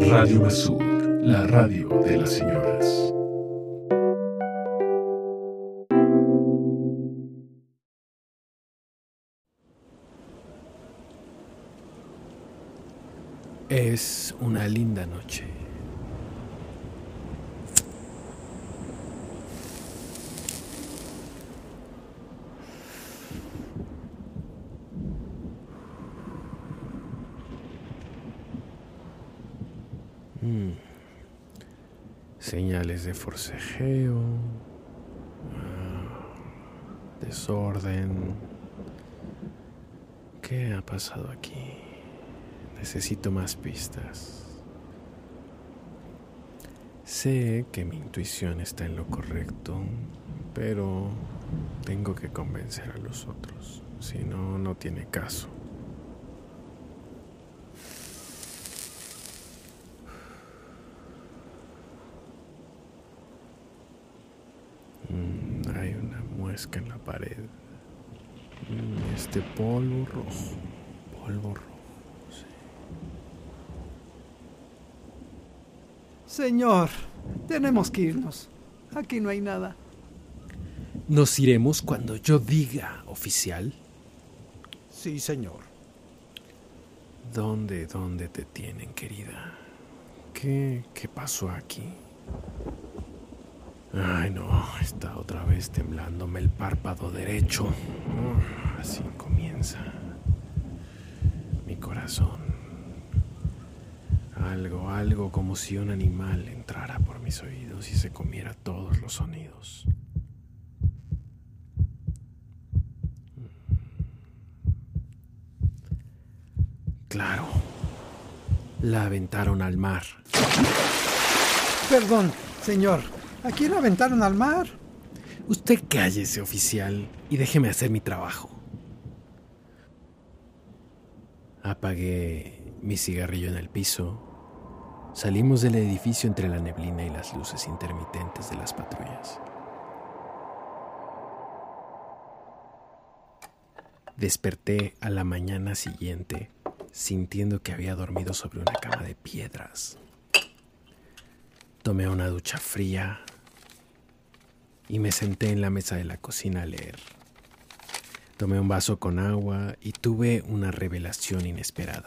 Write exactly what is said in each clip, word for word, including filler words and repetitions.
Radio Masud, la radio de las señoras. Es una linda noche. Mm. Señales de forcejeo, ah, desorden. ¿Qué ha pasado aquí? Necesito más pistas. Sé que mi intuición está en lo correcto, pero tengo que convencer a los otros. Si no, no tiene caso. Mm, hay una muesca en la pared. Mm, este polvo rojo. Polvo rojo. Señor, tenemos que irnos. Aquí no hay nada. Nos iremos cuando yo diga, oficial. Sí, señor. ¿Dónde, dónde te tienen, querida? ¿Qué, qué pasó aquí? Ay, no, está otra vez temblándome el párpado derecho. Uh, así comienza mi corazón. Algo, algo como si un animal entrara por mis oídos y se comiera todos los sonidos. Claro, la aventaron al mar. Perdón, señor. ¿A quién la aventaron al mar? Usted cállese, oficial, y déjeme hacer mi trabajo. Apagué mi cigarrillo en el piso. Salimos del edificio entre la neblina y las luces intermitentes de las patrullas. Desperté a la mañana siguiente sintiendo que había dormido sobre una cama de piedras. Tomé una ducha fría y me senté en la mesa de la cocina a leer. Tomé un vaso con agua y tuve una revelación inesperada.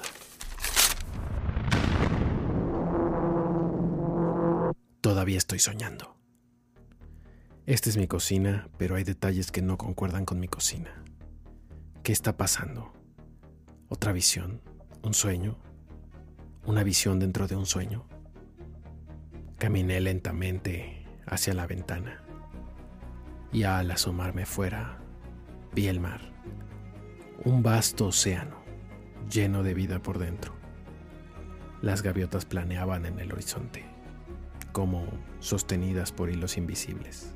Todavía estoy soñando. Esta es mi cocina, pero hay detalles que no concuerdan con mi cocina. ¿Qué está pasando? ¿Otra visión? ¿Un sueño? ¿Una visión dentro de un sueño? Caminé lentamente hacia la ventana y al asomarme fuera vi el mar, un vasto océano lleno de vida por dentro. Las gaviotas planeaban en el horizonte, como sostenidas por hilos invisibles.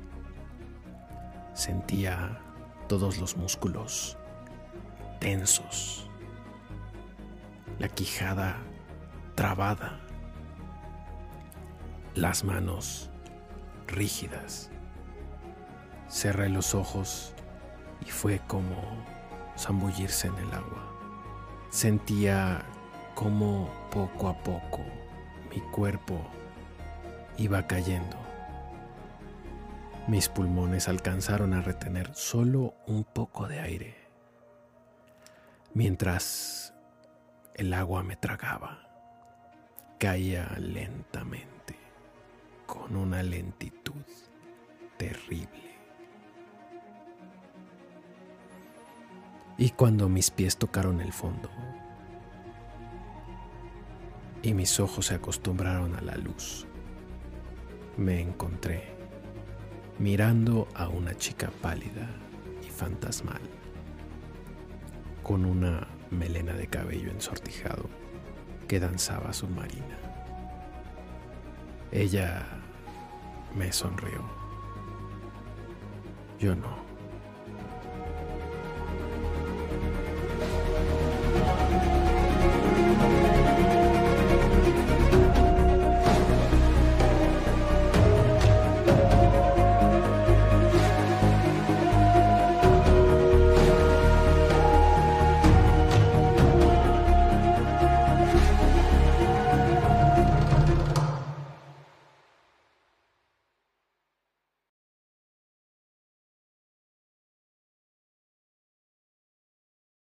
Sentía todos los músculos tensos, la quijada trabada, las manos rígidas. Cerré los ojos y fue como zambullirse en el agua. Sentía como poco a poco mi cuerpo iba cayendo. Mis pulmones alcanzaron a retener solo un poco de aire, mientras el agua me tragaba. Caía lentamente, con una lentitud terrible. Y cuando mis pies tocaron el fondo y mis ojos se acostumbraron a la luz, me encontré mirando a una chica pálida y fantasmal, con una melena de cabello ensortijado que danzaba submarina. Ella me sonrió. Yo no.